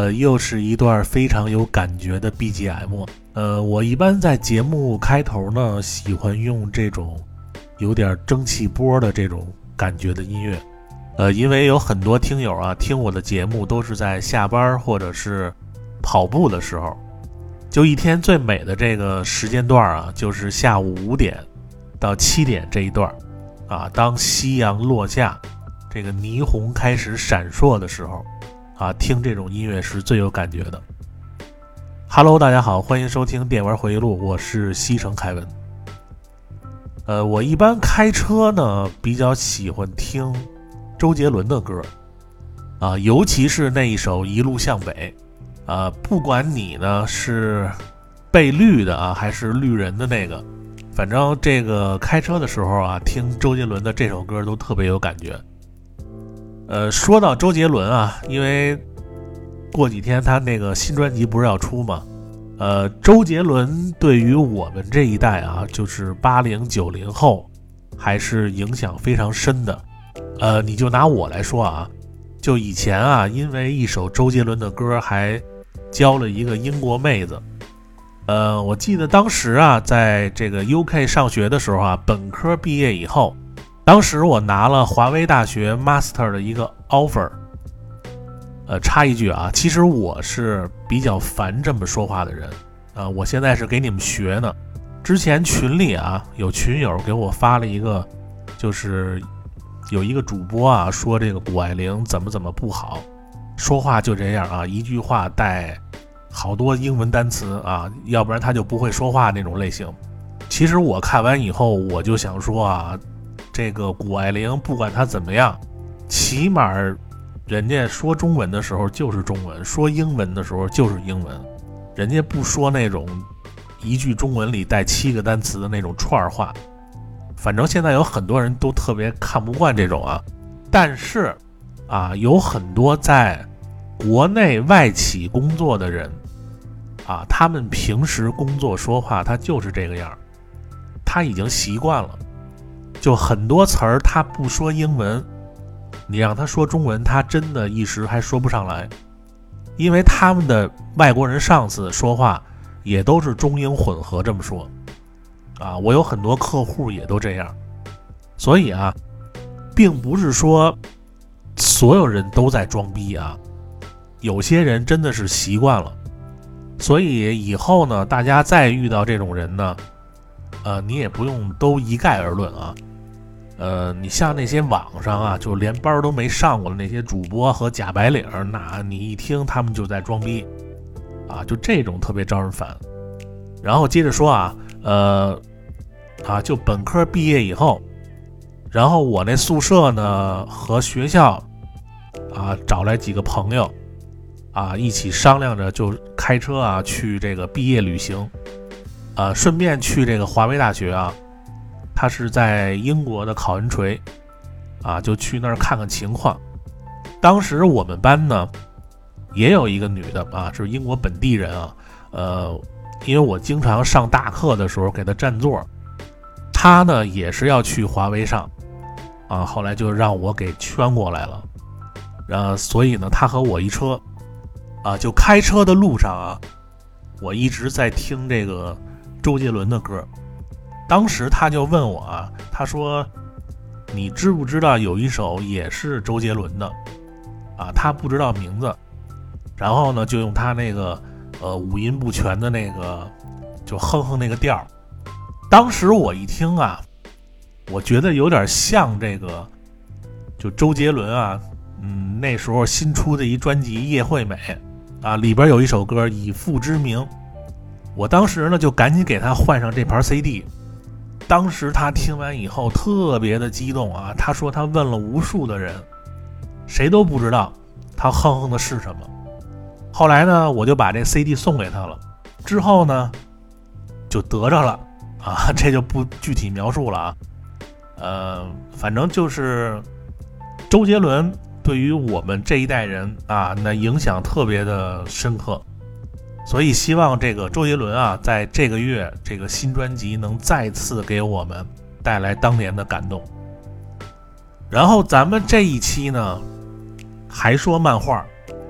又是一段非常有感觉的 BGM。我一般在节目开头呢，喜欢用这种有点蒸汽波的这种感觉的音乐。因为有很多听友啊，听我的节目都是在下班或者是跑步的时候，就一天最美的这个时间段啊，就是下午5点到7点这一段啊，当夕阳落下，这个霓虹开始闪烁的时候啊，听这种音乐是最有感觉的。Hello， 大家好，欢迎收听电玩回忆录，我是西城凯文。我一般开车呢，比较喜欢听周杰伦的歌啊，尤其是那一首《一路向北》啊，不管你呢是被绿的啊，还是绿人的那个，反正这个开车的时候啊，听周杰伦的这首歌都特别有感觉。说到周杰伦啊，因为过几天他那个新专辑不是要出吗？周杰伦对于我们这一代啊，就是80、90后，还是影响非常深的。你就拿我来说啊，就以前啊，因为一首周杰伦的歌还交了一个英国妹子。我记得当时啊，在这个 UK 上学的时候啊，本科毕业以后，当时我拿了华威大学 Master 的一个 offer。插一句啊，其实我是比较烦这么说话的人啊，我现在是给你们学呢。之前群里啊，有群友给我发了一个，就是有一个主播啊说这个谷爱凌怎么不好，说话就这样啊，一句话带好多英文单词啊，要不然他就不会说话那种类型。其实我看完以后，我就想说啊，这个谷爱凌不管他怎么样，起码人家说中文的时候就是中文，说英文的时候就是英文，人家不说那种一句中文里带7个单词的那种串话。反正现在有很多人都特别看不惯这种啊，但是啊，有很多在国内外企工作的人啊，他们平时工作说话他就是这个样，他已经习惯了，就很多词儿他不说英文，你让他说中文，他真的一时还说不上来，因为他们的外国人上司说话也都是中英混合这么说啊。我有很多客户也都这样，所以啊，并不是说所有人都在装逼啊，有些人真的是习惯了。所以以后呢，大家再遇到这种人呢，你也不用都一概而论啊。你像那些网上啊，就连班都没上过的那些主播和假白领，那你一听他们就在装逼啊，就这种特别招人烦。然后接着说啊，就本科毕业以后，然后我那宿舍呢和学校啊找来几个朋友啊，一起商量着就开车啊去这个毕业旅行，顺便去这个华威大学啊。他是在英国的考文垂啊，就去那儿看看情况。当时我们班呢也有一个女的啊，是英国本地人啊，因为我经常上大课的时候给她占座，她呢也是要去华威上啊，后来就让我给圈过来了，所以呢她和我一车啊，就开车的路上啊，我一直在听这个周杰伦的歌。当时他就问我啊，他说你知不知道有一首也是周杰伦的啊，他不知道名字，然后呢就用他那个五音不全的那个就哼那个调。当时我一听啊，我觉得有点像这个就周杰伦啊，那时候新出的一专辑《叶惠美》啊，里边有一首歌《以父之名》，我当时呢就赶紧给他换上这盘 CD。当时他听完以后特别的激动啊，他说他问了无数的人，谁都不知道他哼的是什么。后来呢，我就把这 CD 送给他了，之后呢就得着了啊，这就不具体描述了啊。反正就是周杰伦对于我们这一代人啊，那影响特别的深刻。所以希望这个周杰伦啊，在这个月这个新专辑能再次给我们带来当年的感动。然后咱们这一期呢，还说漫画，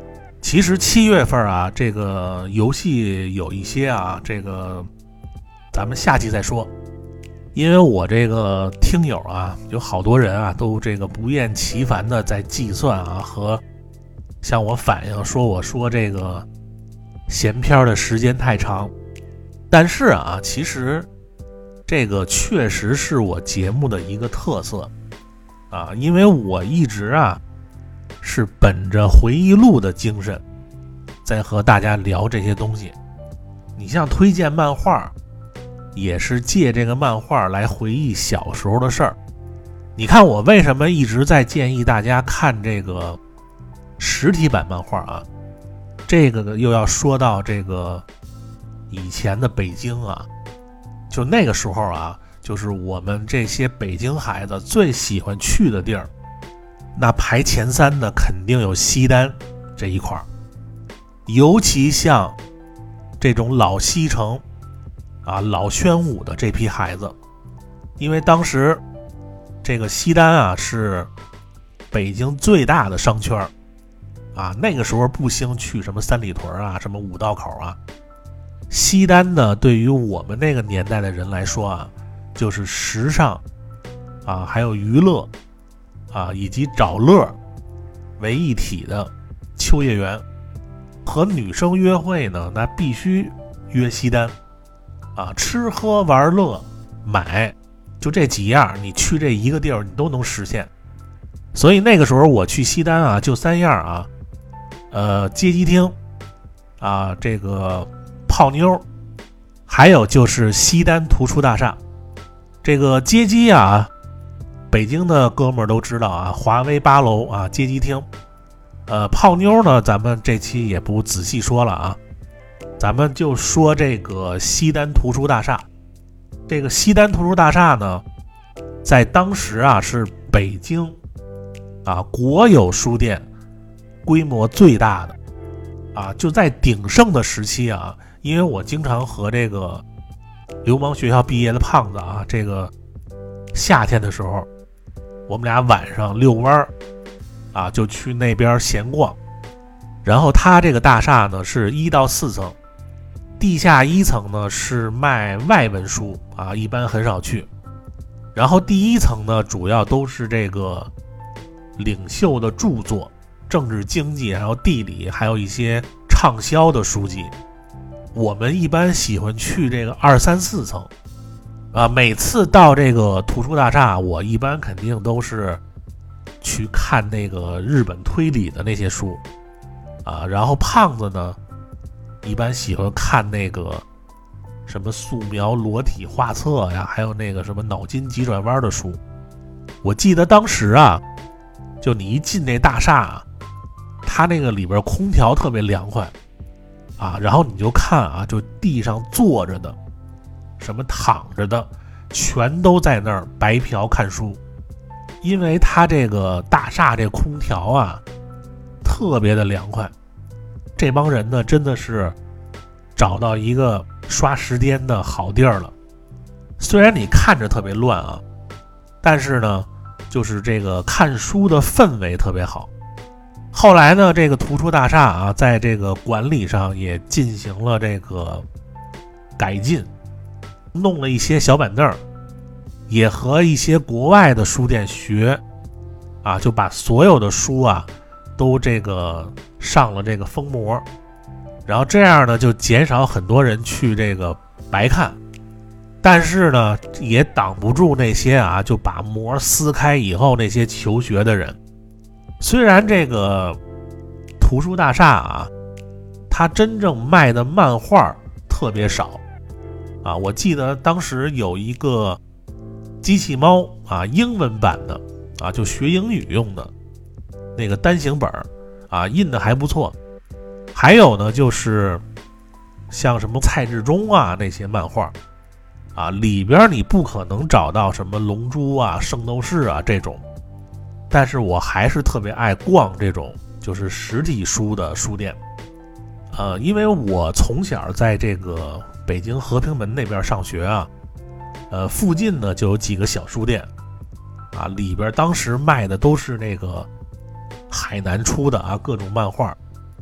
其实7月份啊，这个游戏有一些啊，这个咱们下期再说。因为我这个听友啊，有好多人啊，都这个不厌其烦的在计算啊，和向我反映说我说这个闲篇的时间太长。但是啊，其实这个确实是我节目的一个特色啊，因为我一直啊是本着回忆录的精神在和大家聊这些东西。你像推荐漫画，也是借这个漫画来回忆小时候的事儿。你看我为什么一直在建议大家看这个实体版漫画啊？这个又要说到这个以前的北京啊，就那个时候啊，就是我们这些北京孩子最喜欢去的地儿，那排前3的肯定有西单这一块，尤其像这种老西城啊、老宣武的这批孩子，因为当时这个西单啊是北京最大的商圈啊，那个时候不兴去什么三里屯啊、什么五道口啊，西单呢对于我们那个年代的人来说啊，就是时尚啊，还有娱乐啊，以及找乐为一体的秋叶原。和女生约会呢，那必须约西单啊，吃喝玩乐买，就这几样，你去这一个地儿你都能实现。所以那个时候我去西单啊，就3样啊，街机厅啊，这个泡妞，还有就是西单图书大厦。这个街机啊，北京的哥们儿都知道啊，华威8楼啊，街机厅。泡妞呢，咱们这期也不仔细说了啊，咱们就说这个西单图书大厦。这个西单图书大厦呢，在当时啊是北京啊国有书店规模最大的啊，就在鼎盛的时期啊，因为我经常和这个流氓学校毕业的胖子啊，这个夏天的时候，我们俩晚上遛弯啊，就去那边闲逛。然后它这个大厦呢是1到4层，地下1层呢是卖外文书啊，一般很少去。然后第1层呢主要都是这个领袖的著作，政治经济还有地理，还有一些畅销的书籍。我们一般喜欢去这个2、3、4层啊。每次到这个图书大厦，我一般肯定都是去看那个日本推理的那些书啊，然后胖子呢一般喜欢看那个什么素描裸体画册呀，还有那个什么脑筋急转弯的书。我记得当时啊，就你一进那大厦啊，它那个里边空调特别凉快啊，然后你就看啊，就地上坐着的什么躺着的全都在那儿白嫖看书。因为它这个大厦这空调啊特别的凉快，这帮人呢真的是找到一个刷时间的好地儿了。虽然你看着特别乱啊，但是呢就是这个看书的氛围特别好。后来呢，这个图书大厦啊在这个管理上也进行了这个改进，弄了一些小板凳，也和一些国外的书店学啊，就把所有的书啊都这个上了这个封膜，然后这样呢就减少很多人去这个白看。但是呢也挡不住那些啊就把膜撕开以后那些求学的人。虽然这个图书大厦啊它真正卖的漫画特别少啊，我记得当时有一个机器猫啊，英文版的啊，就学英语用的那个单行本啊，印的还不错。还有呢就是像什么蔡志忠啊那些漫画啊，里边你不可能找到什么龙珠啊、圣斗士啊这种，但是我还是特别爱逛这种就是实体书的书店。因为我从小在这个北京和平门那边上学啊，附近呢就有几个小书店啊，里边当时卖的都是那个海南出的啊各种漫画，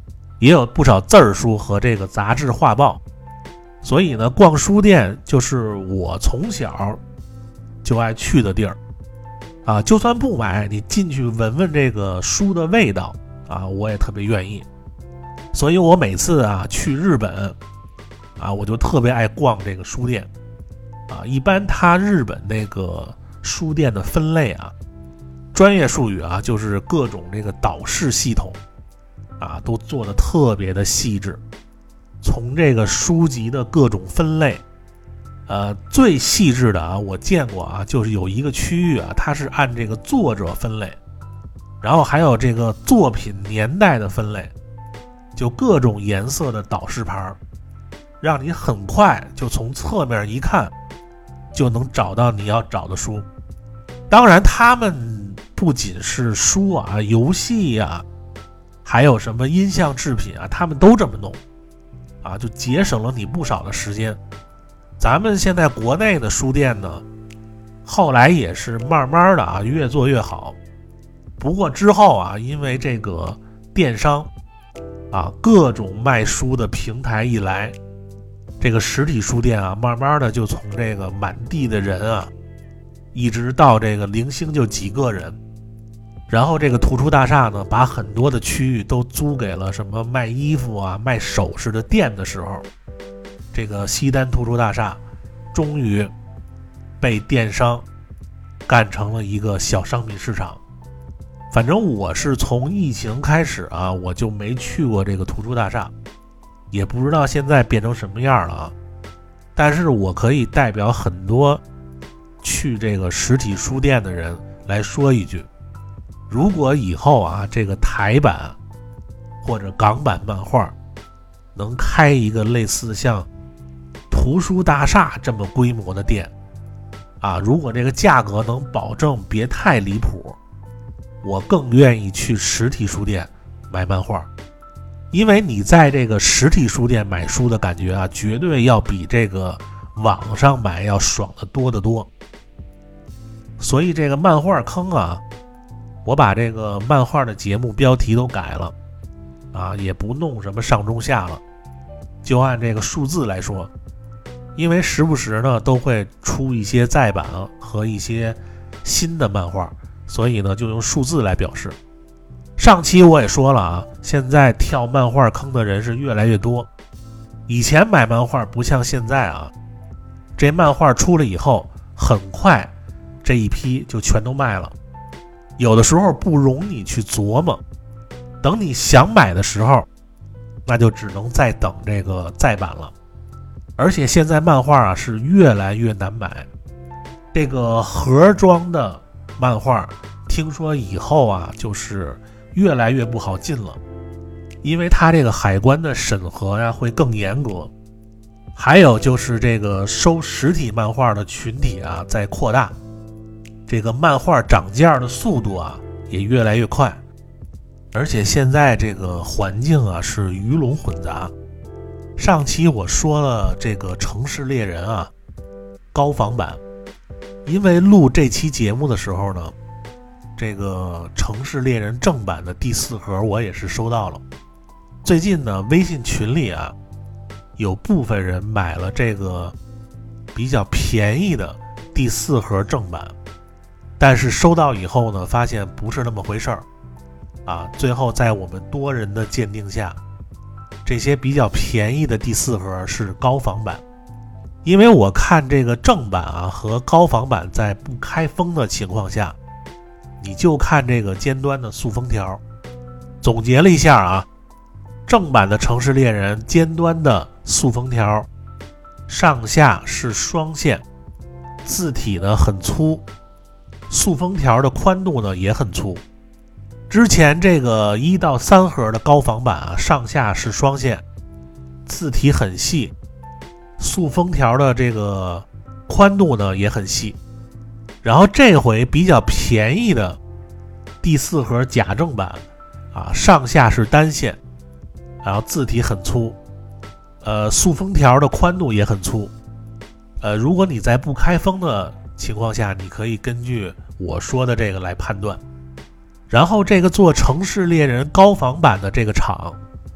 也有不少字儿书和这个杂志画报。所以呢，逛书店就是我从小就爱去的地儿啊。就算不买，你进去闻闻这个书的味道啊，我也特别愿意。所以我每次啊去日本啊，我就特别爱逛这个书店啊。一般它日本那个书店的分类啊，专业术语啊，就是各种这个导视系统啊，都做得特别的细致。从这个书籍的各种分类，最细致的啊，我见过啊，就是有一个区域啊，它是按这个作者分类，然后还有这个作品年代的分类，就各种颜色的导视牌，让你很快就从侧面一看，就能找到你要找的书。当然，他们不仅是书啊、游戏啊，还有什么音像制品啊，他们都这么弄。啊，就节省了你不少的时间。咱们现在国内的书店呢，后来也是慢慢的啊，越做越好。不过之后啊，因为这个电商啊，各种卖书的平台一来，这个实体书店啊，慢慢的就从这个满地的人啊，一直到这个零星就几个人。然后这个图书大厦呢，把很多的区域都租给了什么卖衣服啊、卖首饰的店的时候，这个西单图书大厦终于被电商干成了一个小商品市场。反正我是从疫情开始啊，我就没去过这个图书大厦，也不知道现在变成什么样了啊。但是我可以代表很多去这个实体书店的人来说一句，如果以后啊，这个台版或者港版漫画能开一个类似像图书大厦这么规模的店啊，如果这个价格能保证别太离谱，我更愿意去实体书店买漫画。因为你在这个实体书店买书的感觉啊，绝对要比这个网上买要爽得多得多。所以这个漫画坑啊，我把这个漫画的节目标题都改了啊，也不弄什么上中下了，就按这个数字来说。因为时不时呢都会出一些再版和一些新的漫画，所以呢就用数字来表示。上期我也说了啊，现在跳漫画坑的人是越来越多。以前买漫画不像现在啊，这漫画出了以后很快这一批就全都卖了，有的时候不容你去琢磨，等你想买的时候，那就只能再等这个再版了。而且现在漫画啊是越来越难买，这个盒装的漫画听说以后啊就是越来越不好进了，因为它这个海关的审核呀会更严格，还有就是这个收实体漫画的群体啊在扩大，这个漫画涨价的速度啊也越来越快。而且现在这个环境啊是鱼龙混杂。上期我说了这个城市猎人啊高仿版，因为录这期节目的时候呢，这个城市猎人正版的第4盒我也是收到了。最近呢微信群里啊有部分人买了这个比较便宜的第4盒正版，但是收到以后呢发现不是那么回事儿啊。最后在我们多人的鉴定下，这些比较便宜的第4盒是高仿版。因为我看这个正版啊和高仿版在不开封的情况下，你就看这个尖端的塑封条。总结了一下啊，正版的城市猎人尖端的塑封条上下是双线，字体呢很粗，塑封条的宽度呢也很粗。之前这个1到3盒的高仿版啊，上下是双线，字体很细，塑封条的这个宽度呢也很细。然后这回比较便宜的第4盒假正版啊，上下是单线，然后字体很粗，塑封条的宽度也很粗。如果你在不开封的情况下，你可以根据我说的这个来判断。然后这个做城市猎人高仿版的这个厂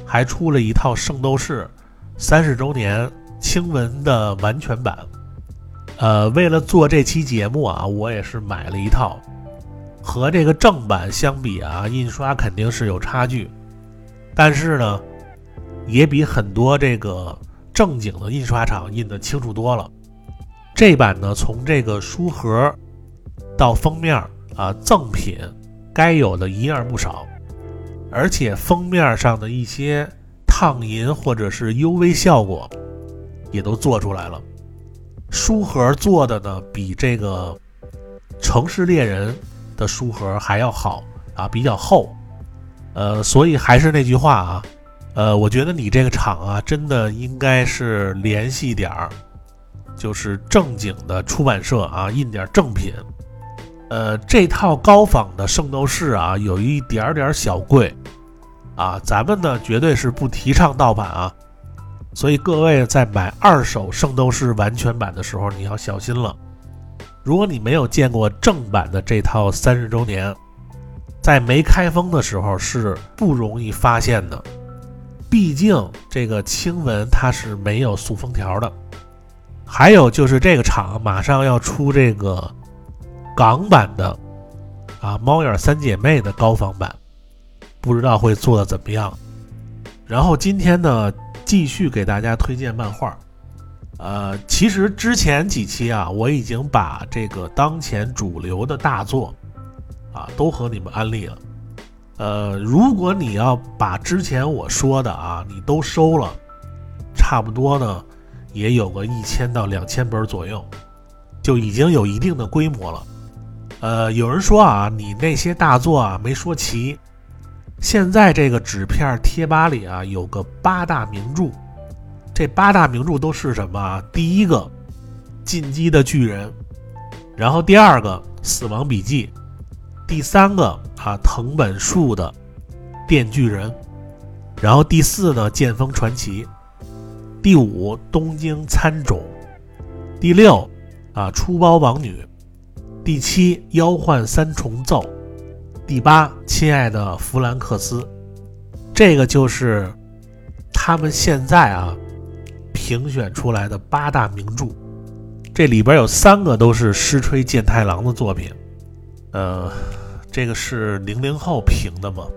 还出了一套《圣斗士》30周年青文的完全版。为了做这期节目啊，我也是买了一套。和这个正版相比啊，印刷肯定是有差距，但是呢，也比很多这个正经的印刷厂印得清楚多了。这版呢，从这个书盒到封面啊，赠品该有的一样不少，而且封面上的一些烫银或者是 UV 效果也都做出来了。书盒做的呢，比这个城市猎人的书盒还要好啊，比较厚。所以还是那句话啊，我觉得你这个厂啊，真的应该是联系点儿，就是正经的出版社啊，印点正品。这套高仿的圣斗士啊，有一点点小贵啊，咱们呢绝对是不提倡盗版啊，所以各位在买二手圣斗士完全版的时候，你要小心了。如果你没有见过正版的这套30周年，在没开封的时候是不容易发现的，毕竟这个青文它是没有塑封条的。还有就是这个厂马上要出这个港版的啊猫眼三姐妹的高仿版，不知道会做的怎么样。然后今天呢，继续给大家推荐漫画。其实之前几期啊，我已经把这个当前主流的大作啊都和你们安利了。如果你要把之前我说的啊你都收了，差不多呢也有个1000到2000本左右，就已经有一定的规模了。有人说啊，你那些大作啊没说齐，现在这个纸片贴吧里啊有个8大名著。这8大名著都是什么啊？第一个进击的巨人，然后第二个死亡笔记，第三个啊藤本树的电锯人，然后第四呢剑锋传奇，第五东京参种，第六啊出包王女，第七妖幻三重奏，第八亲爱的弗兰克斯。这个就是他们现在啊评选出来的8大名著，这里边有3个都是石吹健太郎的作品。这个是00后评的吗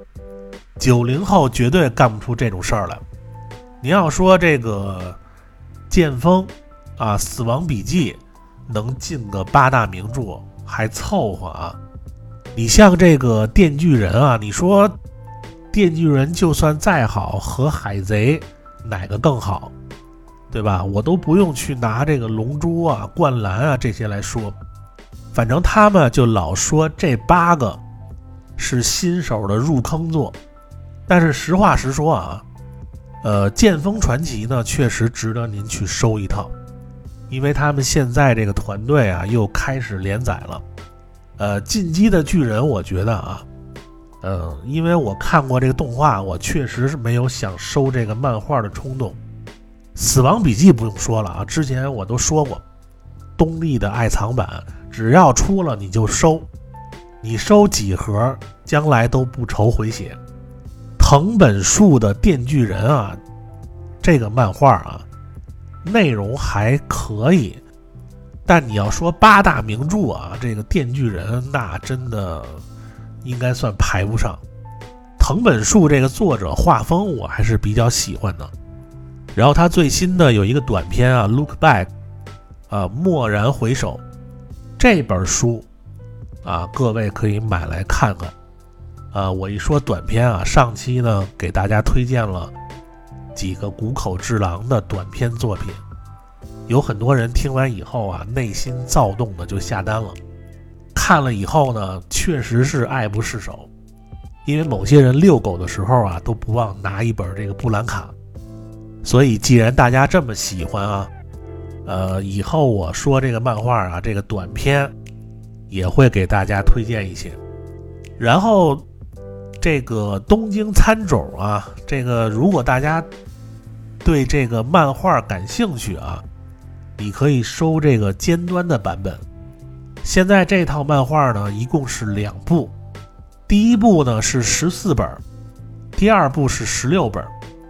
？90后绝对干不出这种事儿来。你要说这个剑锋啊死亡笔记能进个8大名著还凑合啊。你像这个电锯人啊，你说电锯人就算再好，和海贼哪个更好，对吧？我都不用去拿这个龙珠啊灌篮啊这些来说，反正他们就老说这8个是新手的入坑作。但是实话实说啊，剑锋传奇呢确实值得您去收一套，因为他们现在这个团队啊又开始连载了。进击的巨人我觉得啊，因为我看过这个动画，我确实是没有想收这个漫画的冲动。死亡笔记不用说了啊，之前我都说过，东立的爱藏版只要出了你就收，你收几盒将来都不愁回血。藤本树的电锯人啊，这个漫画啊内容还可以，但你要说8大名著啊，这个电锯人那真的应该算排不上。藤本树这个作者画风我还是比较喜欢的，然后他最新的有一个短片啊 Look Back 蓦然回首，这本书啊各位可以买来看看。我一说短片啊，上期呢给大家推荐了几个谷口治郎的短篇作品，有很多人听完以后啊内心躁动的就下单了，看了以后呢确实是爱不释手，因为某些人遛狗的时候啊都不忘拿一本这个布兰卡。所以既然大家这么喜欢啊，以后我说这个漫画啊这个短篇也会给大家推荐一些。然后这个东京参种啊，这个如果大家对这个漫画感兴趣啊，你可以收这个尖端的版本。现在这套漫画呢一共是2部，第一部呢是14本，第二部是16本。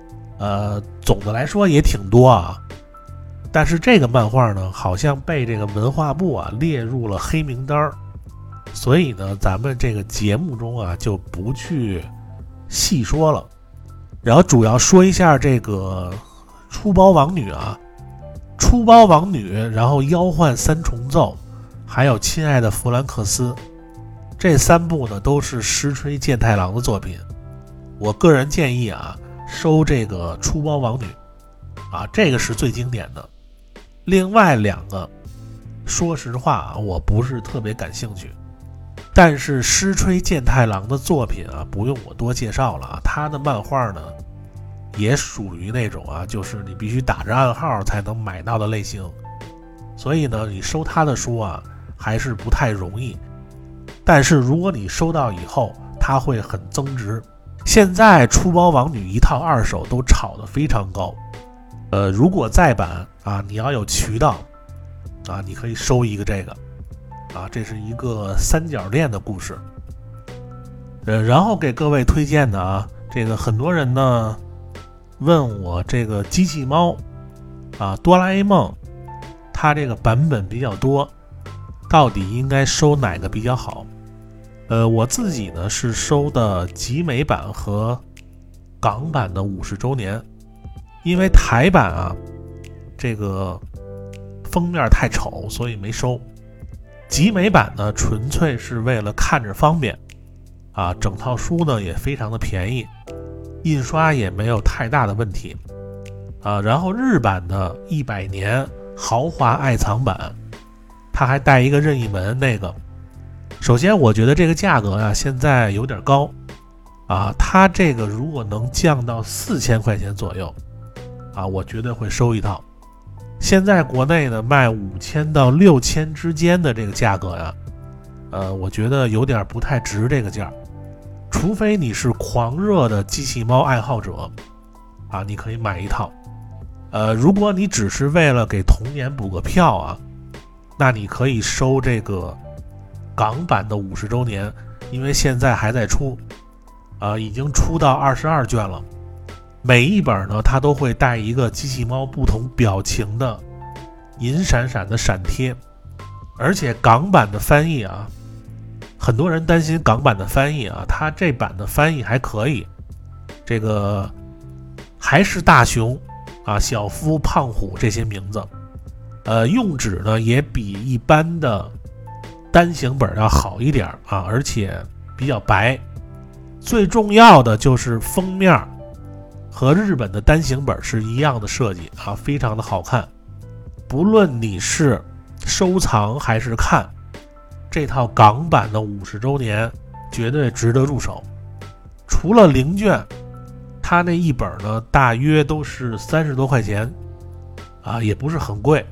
总的来说也挺多啊。但是这个漫画呢，好像被这个文化部啊列入了黑名单，所以呢，咱们这个节目中啊就不去细说了。然后主要说一下这个出包王女啊，出包王女，然后妖幻三重奏，还有亲爱的弗兰克斯，这三部呢都是石吹健太郎的作品。我个人建议啊，收这个出包王女啊，这个是最经典的。另外两个，说实话啊，我不是特别感兴趣。但是石吹健太郎的作品啊，不用我多介绍了啊，他的漫画呢，也属于那种啊，就是你必须打着暗号才能买到的类型。所以呢，你收他的书啊，还是不太容易。但是如果你收到以后，它会很增值。现在出包王女一套二手都炒得非常高。如果再版啊，你要有渠道啊，你可以收一个这个。啊，这是一个三角恋的故事。然后给各位推荐的啊，这个很多人呢问我这个机器猫啊，哆啦 A 梦，它这个版本比较多，到底应该收哪个比较好？我自己呢是收的集美版和港版的50周年，因为台版啊这个封面太丑，所以没收。集美版呢，纯粹是为了看着方便啊，整套书呢也非常的便宜，印刷也没有太大的问题啊。然后日版的100年豪华爱藏版，它还带一个任意门那个。首先我觉得这个价格啊现在有点高啊，它这个如果能降到4000块钱左右啊，我绝对会收一套。现在国内呢卖5000到6000之间的这个价格呀，我觉得有点不太值这个价，除非你是狂热的机器猫爱好者啊，你可以买一套。如果你只是为了给童年补个票啊，那你可以收这个港版的50周年，因为现在还在出，已经出到22卷了。每一本呢，它都会带一个机器猫不同表情的银闪闪的闪贴，而且港版的翻译啊，很多人担心港版的翻译啊，它这版的翻译还可以，这个还是大熊啊、小夫、胖虎这些名字，用纸呢也比一般的单行本要好一点啊，而且比较白。最重要的就是封面和日本的单行本是一样的设计啊，非常的好看。不论你是收藏还是看，这套港版的50周年绝对值得入手。除了零卷，它那一本呢大约都是30多块钱啊，也不是很贵。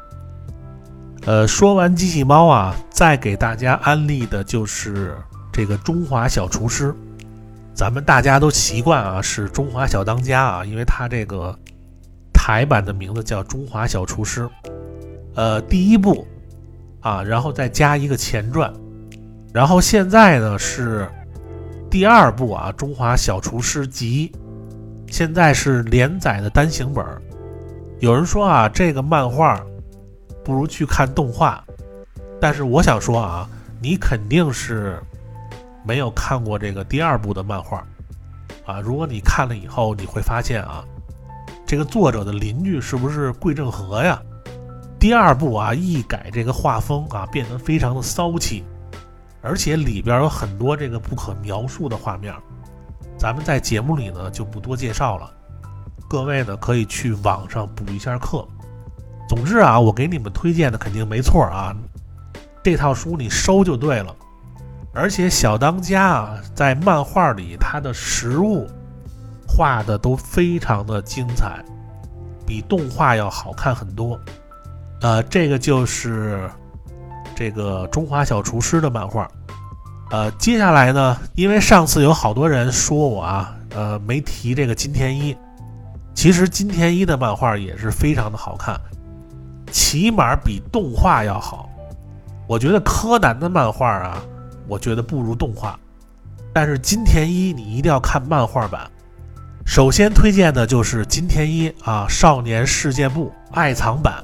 说完机器猫啊，再给大家安利的就是这个中华小厨师。咱们大家都习惯啊是中华小当家啊，因为它这个台版的名字叫中华小厨师。第一部啊，然后再加一个前传，然后现在呢是第二部啊，中华小厨师集，现在是连载的单行本。有人说啊，这个漫画不如去看动画，但是我想说啊，你肯定是没有看过这个第二部的漫画啊。如果你看了以后，你会发现啊，这个作者的邻居是不是桂正和呀？第二部啊一改这个画风啊，变得非常的骚气，而且里边有很多这个不可描述的画面，咱们在节目里呢就不多介绍了，各位呢可以去网上补一下课。总之啊，我给你们推荐的肯定没错啊，这套书你收就对了。而且小当家啊，在漫画里他的实物画的都非常的精彩，比动画要好看很多。这个就是这个中华小厨师的漫画。接下来呢，因为上次有好多人说我啊，没提这个金田一，其实金田一的漫画也是非常的好看，起码比动画要好。我觉得柯南的漫画啊，我觉得不如动画，但是金田一你一定要看漫画版， 首先推荐的就是金田一少年事件簿爱藏版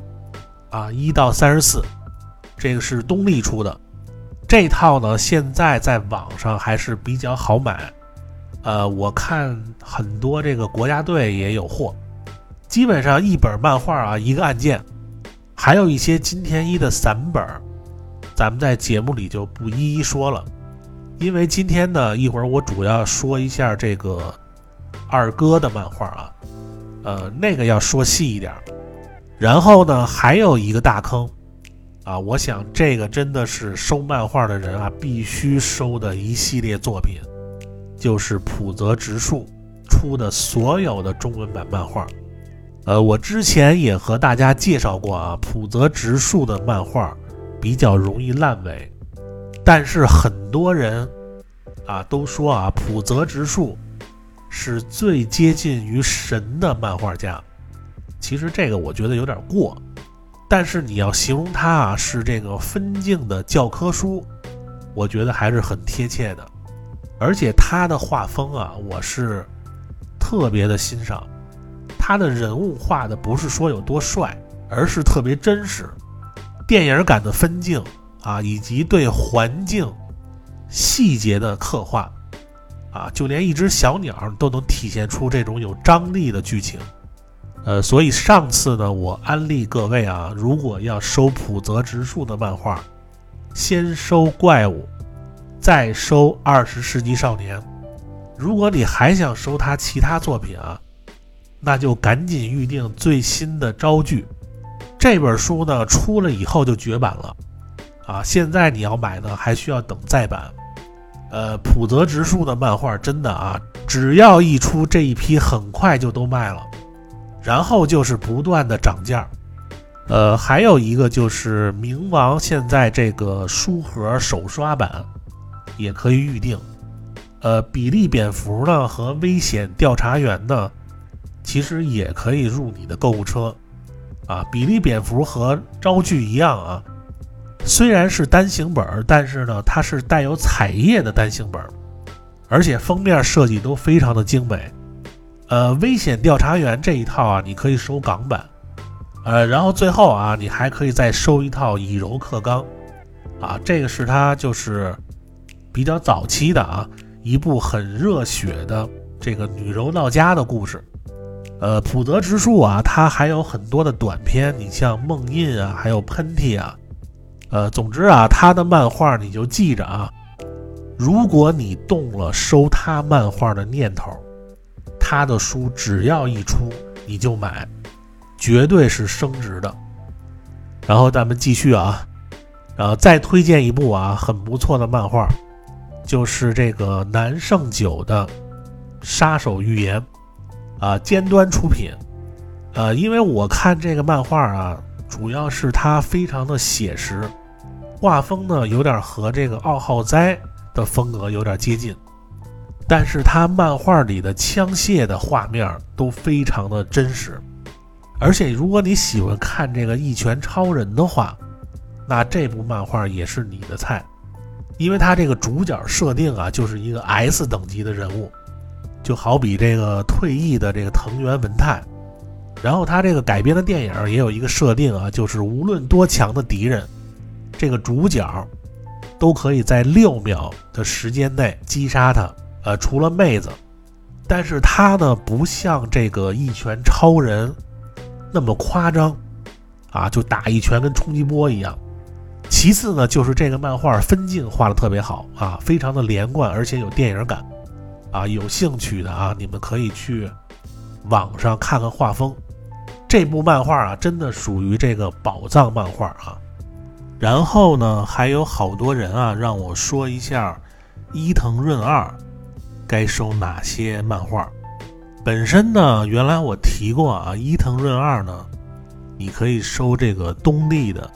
1到34，这个是东立出的。这套呢现在在网上还是比较好买，我看很多这个国家队也有货，基本上一本漫画一个案件，还有一些金田一的散本，咱们在节目里就不一一说了，因为今天呢一会儿我主要说一下这个二哥的漫画那个要说细一点。然后呢还有一个大坑我想这个真的是收漫画的人必须收的一系列作品，就是浦泽直树出的所有的中文版漫画。我之前也和大家介绍过浦泽直树的漫画比较容易烂尾，但是很多人都说浦泽直树是最接近于神的漫画家。其实这个我觉得有点过，但是你要形容他是这个分镜的教科书，我觉得还是很贴切的。而且他的画风我是特别的欣赏，他的人物画的不是说有多帅，而是特别真实，电影感的分镜以及对环境细节的刻画就连一只小鸟都能体现出这种有张力的剧情。所以上次呢我安利各位如果要收浦泽直树的漫画，先收怪物，再收20世纪少年。如果你还想收他其他作品那就赶紧预定最新的招剧。这本书呢出了以后就绝版了现在你要买呢还需要等再版。浦泽直树的漫画真的只要一出这一批很快就都卖了，然后就是不断的涨价。还有一个就是冥王现在这个书盒手刷版也可以预定。比利蝙蝠呢和危险调查员呢其实也可以入你的购物车比利蝙蝠和招剧一样虽然是单行本，但是呢它是带有彩页的单行本，而且封面设计都非常的精美。危险调查员这一套你可以收港版，然后最后你还可以再收一套以柔克刚这个是它就是比较早期的一部很热血的这个女柔闹家的故事。浦泽直树它还有很多的短篇，你像梦印还有喷嚏总之他的漫画你就记着如果你动了收他漫画的念头，他的书只要一出你就买，绝对是升值的。然后咱们继续再推荐一部很不错的漫画，就是这个南胜九的杀手预言尖端出品。因为我看这个漫画主要是它非常的写实，画风呢有点和这个奥浩哉的风格有点接近，但是它漫画里的枪械的画面都非常的真实。而且如果你喜欢看这个一拳超人的话，那这部漫画也是你的菜。因为它这个主角设定就是一个 S 等级的人物，就好比这个退役的这个藤原文太。然后他这个改编的电影也有一个设定就是无论多强的敌人，这个主角都可以在6秒的时间内击杀他，除了妹子。但是他呢不像这个一拳超人那么夸张就打一拳跟冲击波一样。其次呢就是这个漫画分镜画得特别好非常的连贯，而且有电影感有兴趣的你们可以去网上看看画风。这部漫画真的属于这个宝藏漫画然后呢还有好多人让我说一下伊藤润二该收哪些漫画。本身呢原来我提过伊藤润二呢你可以收这个东立的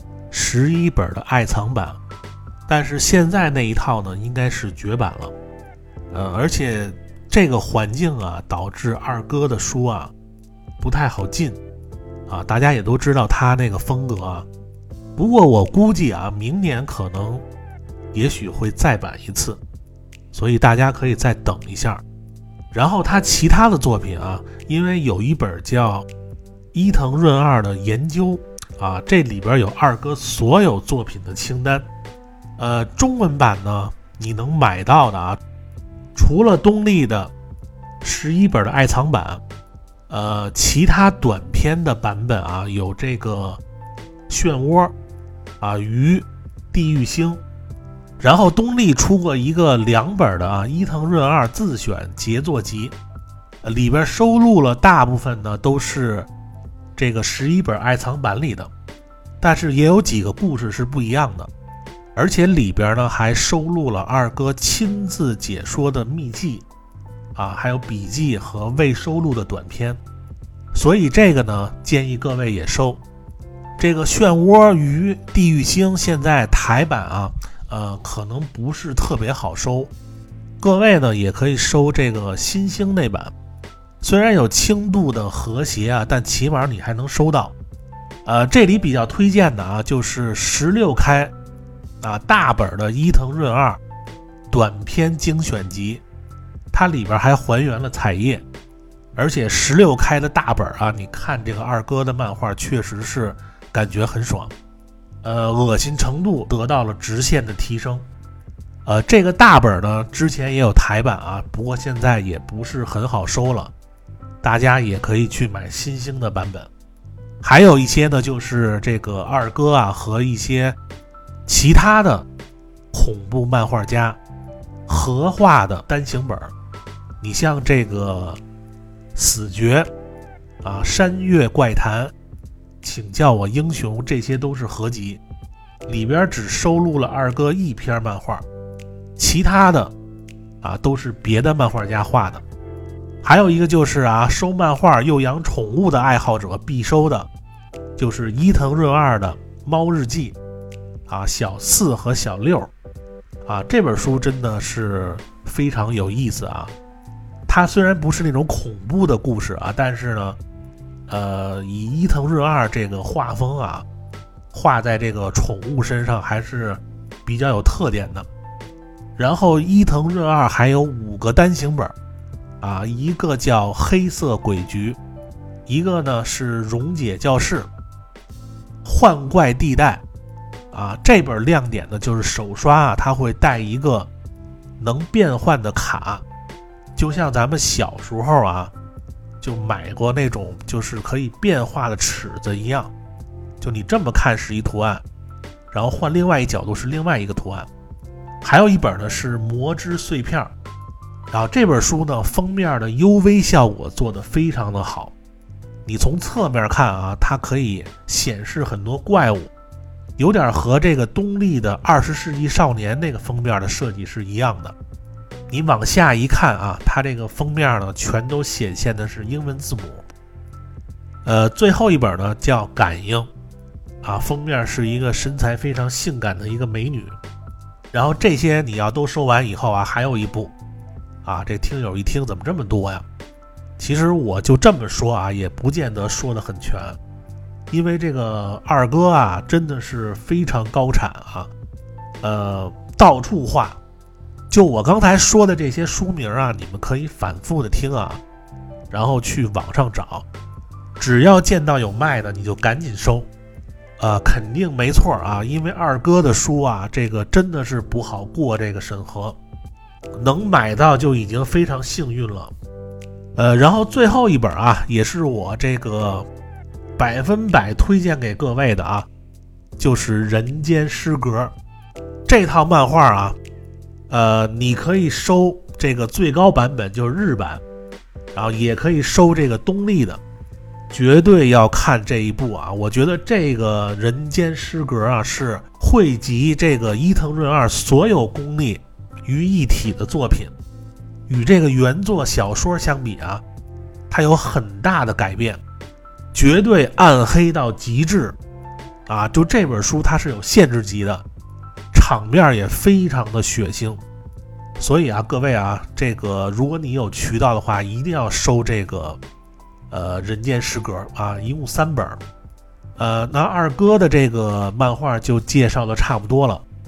11本的爱藏版，但是现在那一套呢应该是绝版了。而且这个环境导致二哥的书不太好进大家也都知道他那个风格不过我估计明年可能也许会再版一次，所以大家可以再等一下。 然后他其他的作品啊，因为有一本叫伊藤润二的研究啊，这里边有二哥所有作品的清单。中文版呢，你能买到的啊，除了东立的11本的爱藏版，其他短篇的版本啊，有这个漩涡啊、鱼、地狱星。然后东立出过一个2本的啊伊藤润二自选杰作集，里边收录了大部分呢都是这个11本爱藏版里的，但是也有几个故事是不一样的，而且里边呢还收录了二哥亲自解说的秘技啊，还有笔记和未收录的短篇，所以这个呢建议各位也收。这个漩涡鱼地狱星现在台版啊可能不是特别好收，各位呢也可以收这个新星那版，虽然有轻度的和谐啊，但起码你还能收到。这里比较推荐的啊就是16开啊大本的伊藤润二短篇精选集，它里边还还原了彩页，而且16开的大本啊，你看这个二哥的漫画确实是感觉很爽。恶心程度得到了直线的提升。这个大本呢，之前也有台版啊，不过现在也不是很好收了，大家也可以去买新兴的版本。还有一些呢，就是这个二哥啊和一些其他的恐怖漫画家合画的单行本，你像这个死绝啊、山岳怪谈、请叫我英雄，这些都是合集，里边只收录了二哥一篇漫画，其他的啊都是别的漫画家画的。还有一个就是啊，收漫画又养宠物的爱好者必收的，就是伊藤润二的猫日记啊，小4和小6啊，这本书真的是非常有意思啊。它虽然不是那种恐怖的故事啊，但是呢以伊藤润二这个画风啊，画在这个宠物身上还是比较有特点的。然后伊藤润二还有5个单行本啊，一个叫黑色鬼局，一个呢是溶解教室、幻怪地带啊。这本亮点呢就是手刷啊，它会带一个能变换的卡，就像咱们小时候啊就买过那种就是可以变化的尺子一样，就你这么看是一图案，然后换另外一角度是另外一个图案。还有一本呢是魔之碎片，然后这本书呢封面的 UV 效果做得非常的好，你从侧面看啊，它可以显示很多怪物，有点和这个东立的20世纪少年那个封面的设计是一样的。你往下一看啊，它这个封面呢全都显现的是英文字母。最后一本呢叫感应啊，封面是一个身材非常性感的一个美女。然后这些你要都收完以后啊，还有一部啊，这听友一听怎么这么多呀？其实我就这么说啊，也不见得说得很全，因为这个二哥啊真的是非常高产啊，到处画。就我刚才说的这些书名啊，你们可以反复的听啊，然后去网上找，只要见到有卖的你就赶紧收。肯定没错啊，因为二哥的书啊，这个真的是不好过这个审核，能买到就已经非常幸运了。然后最后一本啊，也是我这个100%推荐给各位的啊，就是《人间失格》这套漫画啊。你可以收这个最高版本，就是日版，然后也可以收这个东立的，绝对要看这一部啊！我觉得这个《人间失格》啊，是汇集这个伊藤润二所有功力于一体的作品，与这个原作小说相比啊，它有很大的改变，绝对暗黑到极致啊！就这本书它是有限制级的，场面也非常的血腥，所以啊，各位啊，这个如果你有渠道的话，一定要收这个人间失格啊，一共3本。那二哥的这个漫画就介绍的差不多了。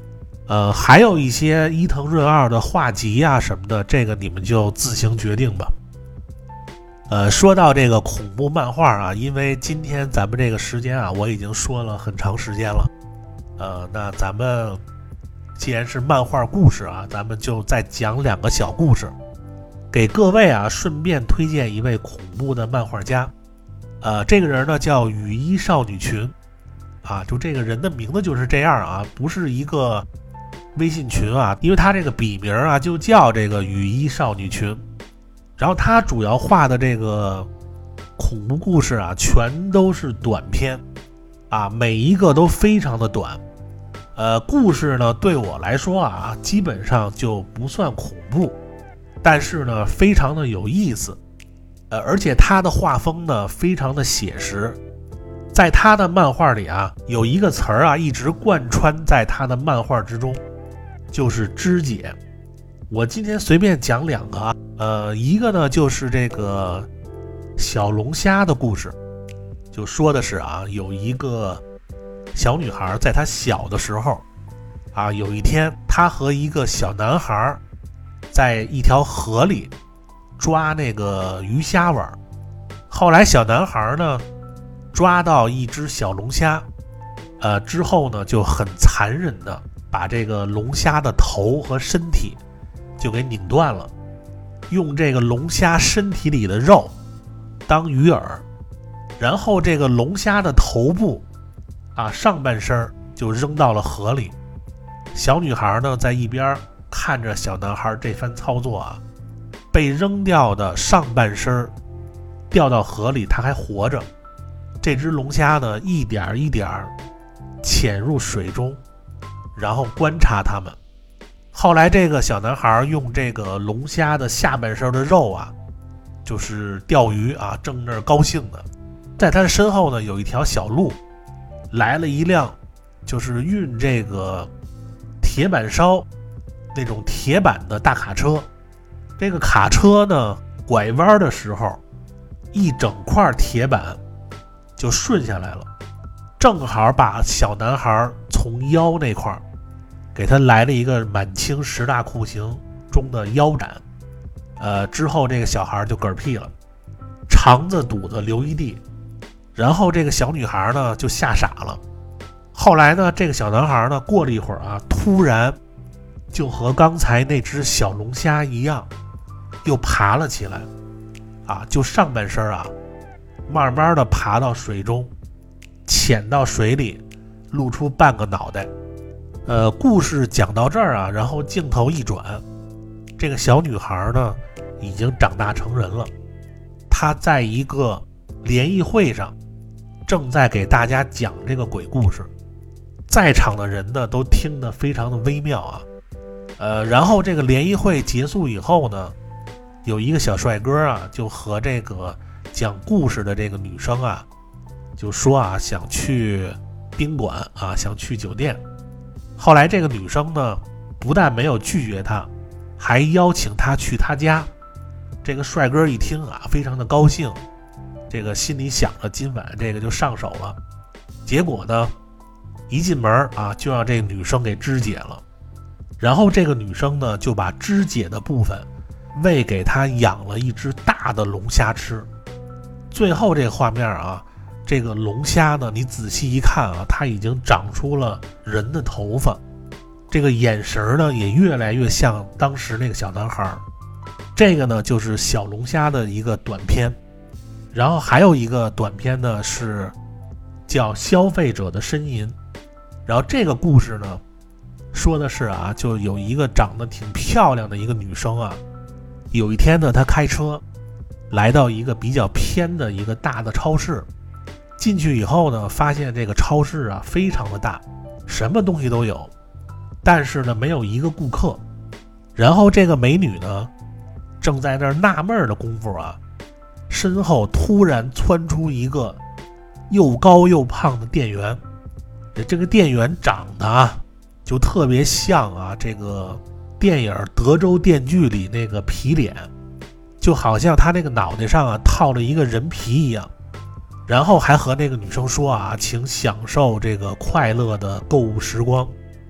还有一些伊藤润二的画集啊什么的，这个你们就自行决定吧。说到这个恐怖漫画啊，因为今天咱们这个时间啊，我已经说了很长时间了。那咱们既然是漫画故事啊，咱们就再讲2个小故事，给各位啊顺便推荐一位恐怖的漫画家。这个人呢叫雨衣少女群啊，就这个人的名字就是这样啊，不是一个微信群啊，因为他这个笔名啊就叫这个雨衣少女群。然后他主要画的这个恐怖故事啊，全都是短篇啊，每一个都非常的短。故事呢对我来说啊，基本上就不算恐怖，但是呢非常的有意思。而且他的画风呢非常的写实。在他的漫画里啊，有一个词儿啊一直贯穿在他的漫画之中，就是肢解。我今天随便讲2个啊，一个呢就是这个小龙虾的故事，就说的是啊，有一个小女孩在她小的时候啊，有一天她和一个小男孩在一条河里抓那个鱼虾玩，后来小男孩呢抓到一只小龙虾，之后呢就很残忍的把这个龙虾的头和身体就给拧断了，用这个龙虾身体里的肉当鱼饵，然后这个龙虾的头部啊上半身就扔到了河里。小女孩呢在一边看着小男孩这番操作啊，被扔掉的上半身掉到河里，他还活着。这只龙虾呢一点一点潜入水中，然后观察它们。后来这个小男孩用这个龙虾的下半身的肉啊，就是钓鱼啊，正那儿高兴的。在他的身后呢有一条小路，来了一辆就是运这个铁板烧那种铁板的大卡车。这个卡车呢拐弯的时候，一整块铁板就顺下来了，正好把小男孩从腰那块给他来了一个满清10大酷刑中的腰斩。之后这个小孩就嗝屁了，肠子堵得流一地。然后这个小女孩呢就吓傻了。后来呢这个小男孩呢过了一会儿啊，突然就和刚才那只小龙虾一样又爬了起来啊，就上半身啊慢慢的爬到水中，潜到水里，露出半个脑袋。故事讲到这儿啊，然后镜头一转，这个小女孩呢已经长大成人了，她在一个联谊会上正在给大家讲这个鬼故事，在场的人呢都听得非常的微妙啊。然后这个联谊会结束以后呢，有一个小帅哥啊就和这个讲故事的这个女生啊就说啊想去宾馆啊，想去酒店。后来这个女生呢不但没有拒绝他，还邀请他去他家。这个帅哥一听啊非常的高兴，这个心里想着今晚这个就上手了。结果呢一进门啊就让这个女生给肢解了，然后这个女生呢就把肢解的部分喂给他养了一只大的龙虾吃。最后这个画面啊，这个龙虾呢你仔细一看啊，它已经长出了人的头发，这个眼神呢也越来越像当时那个小男孩。这个呢就是小龙虾的一个短片。然后还有一个短片呢是叫消费者的呻吟。然后这个故事呢说的是啊，就有一个长得挺漂亮的一个女生啊，有一天呢她开车来到一个比较偏的一个大的超市，进去以后呢发现这个超市啊非常的大，什么东西都有，但是呢没有一个顾客。然后这个美女呢正在那儿纳闷的功夫啊，身后突然窜出一个又高又胖的店员。这个店员长得啊就特别像啊这个电影《德州电锯》里那个皮脸，就好像他那个脑袋上啊套了一个人皮一样。然后还和那个女生说啊，请享受这个快乐的购物时光。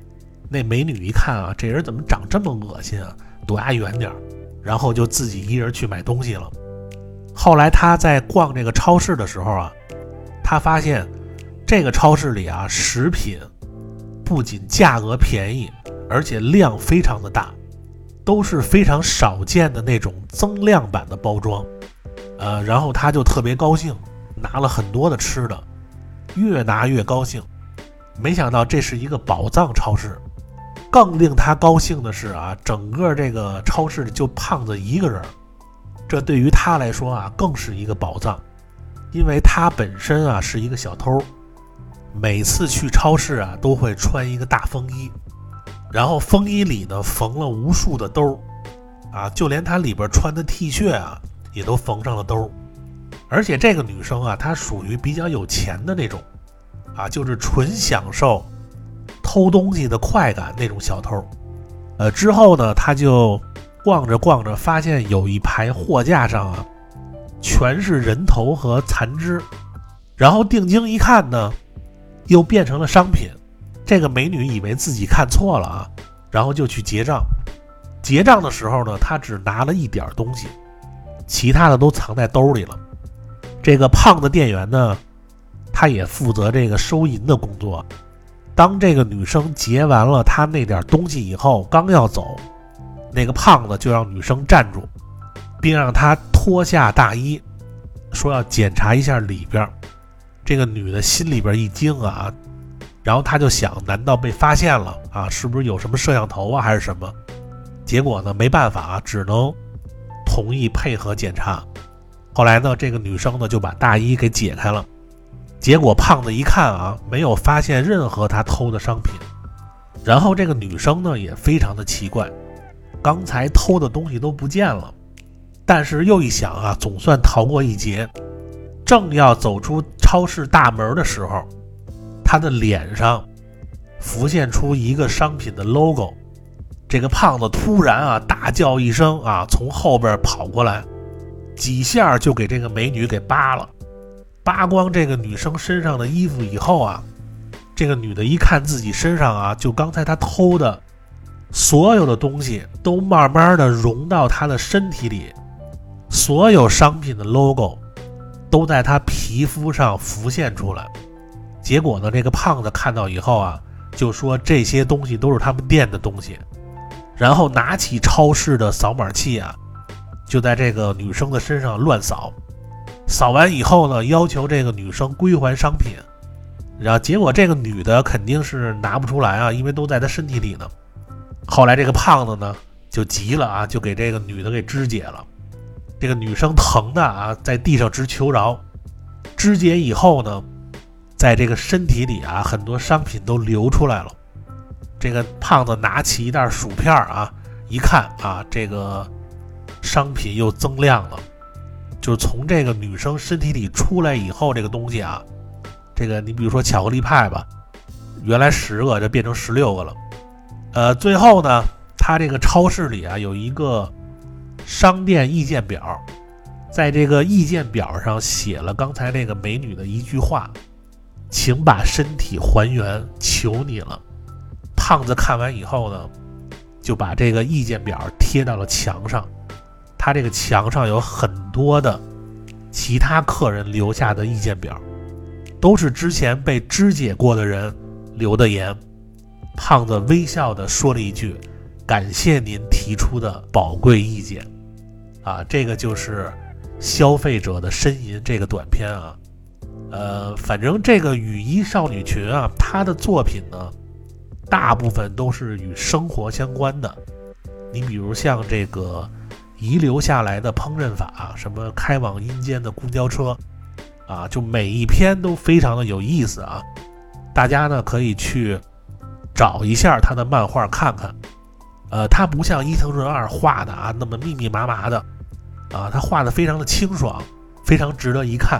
那美女一看啊，这人怎么长这么恶心啊，躲他远点，然后就自己一人去买东西了。后来他在逛这个超市的时候啊，他发现这个超市里啊，食品不仅价格便宜，而且量非常的大，都是非常少见的那种增量版的包装。然后他就特别高兴，拿了很多的吃的，越拿越高兴。没想到这是一个宝藏超市。更令他高兴的是啊，整个这个超市就胖子一个人，这对于他来说啊，更是一个宝藏。因为他本身啊是一个小偷，每次去超市啊都会穿一个大风衣，然后风衣里呢缝了无数的兜啊，就连他里边穿的 T 恤啊也都缝上了兜。而且这个女生啊，她属于比较有钱的那种啊，就是纯享受偷东西的快感那种小偷。之后呢，他就逛着逛着，发现有一排货架上啊，全是人头和残肢。然后定睛一看呢，又变成了商品。这个美女以为自己看错了啊，然后就去结账。结账的时候呢，她只拿了一点东西，其他的都藏在兜里了。这个胖子店员呢，他也负责这个收银的工作。当这个女生结完了她那点东西以后，刚要走，那个胖子就让女生站住，并让她脱下大衣，说要检查一下里边。这个女的心里边一惊啊，然后她就想，难道被发现了啊？是不是有什么摄像头啊，还是什么？结果呢，没办法啊，只能同意配合检查。后来呢，这个女生呢就把大衣给解开了。结果胖子一看啊，没有发现任何他偷的商品。然后这个女生呢也非常的奇怪，刚才偷的东西都不见了，但是又一想啊，总算逃过一劫。正要走出超市大门的时候，她的脸上浮现出一个商品的 logo。这个胖子突然啊大叫一声啊，从后边跑过来，几下就给这个美女给扒了。扒光这个女生身上的衣服以后啊，这个女的一看自己身上啊，就刚才她偷的所有的东西都慢慢的融到她的身体里，所有商品的 logo 都在她皮肤上浮现出来。结果呢，这个胖子看到以后啊，就说这些东西都是他们店的东西，然后拿起超市的扫码器啊，就在这个女生的身上乱扫。扫完以后呢，要求这个女生归还商品，然后结果这个女的肯定是拿不出来啊，因为都在她身体里呢。后来这个胖子呢就急了啊，就给这个女的给肢解了。这个女生疼的啊，在地上直求饶。肢解以后呢，在这个身体里啊，很多商品都流出来了。这个胖子拿起一袋薯片啊，一看啊，这个商品又增量了。就是从这个女生身体里出来以后，这个东西啊，这个你比如说巧克力派吧，原来10个就变成16个了。最后呢，他这个超市里啊有一个商店意见表，在这个意见表上写了刚才那个美女的一句话：请把身体还原，求你了。胖子看完以后呢，就把这个意见表贴到了墙上。他这个墙上有很多的其他客人留下的意见表，都是之前被肢解过的人留的言。胖子微笑地说了一句：感谢您提出的宝贵意见。这个就是消费者的呻吟这个短片啊。反正这个雨衣少女群啊，她的作品呢，大部分都是与生活相关的。你比如像这个遗留下来的烹饪法，什么开往阴间的公交车啊，就每一篇都非常的有意思啊。大家呢可以去找一下他的漫画看看。他不像伊藤润二画的啊那么密密麻麻的啊，他画的非常的清爽，非常值得一看。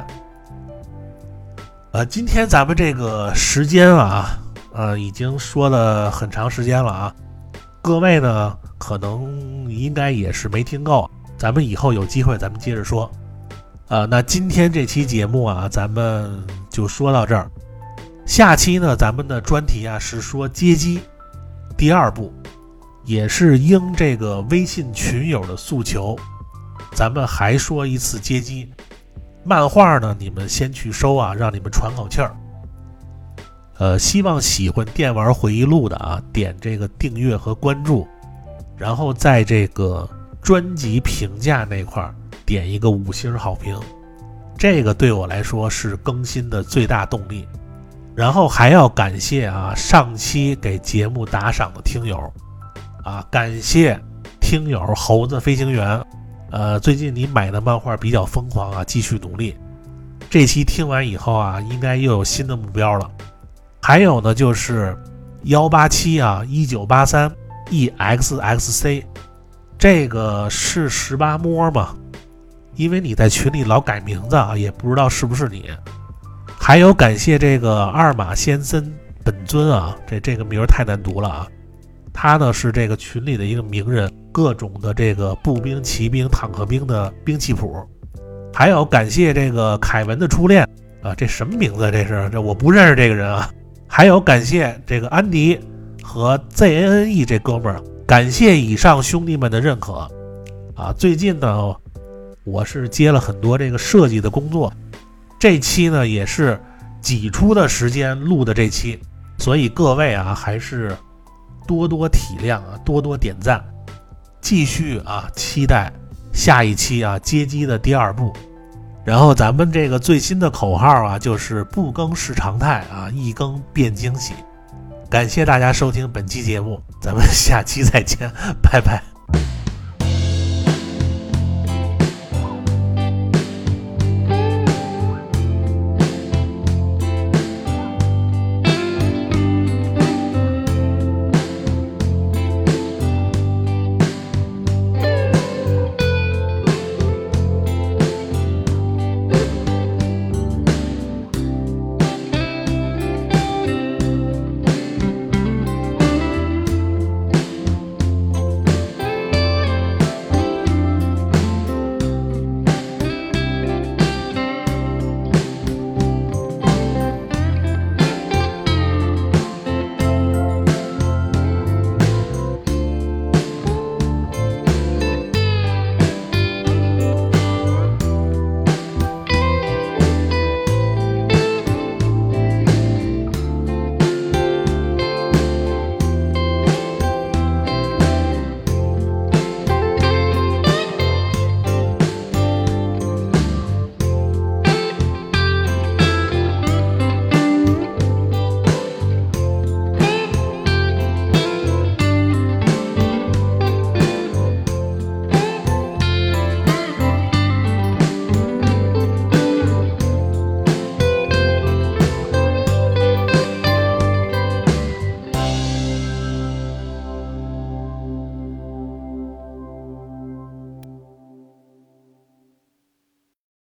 今天咱们这个时间啊，已经说了很长时间了啊。各位呢可能应该也是没听够，咱们以后有机会咱们接着说。那今天这期节目啊，咱们就说到这儿。下期呢，咱们的专题啊是说街机。 第2部，也是应这个微信群友的诉求，咱们还说一次接机。漫画呢，你们先去收啊，让你们喘口气儿。希望喜欢电玩回忆录的啊，点这个订阅和关注，然后在这个专辑评价那块点一个5星好评，这个对我来说是更新的最大动力。然后还要感谢啊上期给节目打赏的听友啊，感谢听友猴子飞行员，最近你买的漫画比较疯狂啊，继续努力。这期听完以后啊，应该又有新的目标了。还有呢，就是187啊1983 EXXC， 这个是18摸吗？因为你在群里老改名字啊，也不知道是不是你。还有感谢这个二马先森本尊啊，这个名太难读了啊。他呢是这个群里的一个名人，各种的这个步兵、骑兵、坦克兵的兵器谱。还有感谢这个凯文的初恋啊，这什么名字？这我不认识这个人啊。还有感谢这个安迪和 ZNNE 这哥们儿，感谢以上兄弟们的认可啊。最近呢，我是接了很多这个设计的工作，这期呢也是挤出的时间录的这期，所以各位啊还是多多体谅啊，多多点赞，继续啊期待下一期啊接机的第2部。然后咱们这个最新的口号啊，就是不更是常态啊，一更变惊喜。感谢大家收听本期节目，咱们下期再见，拜拜。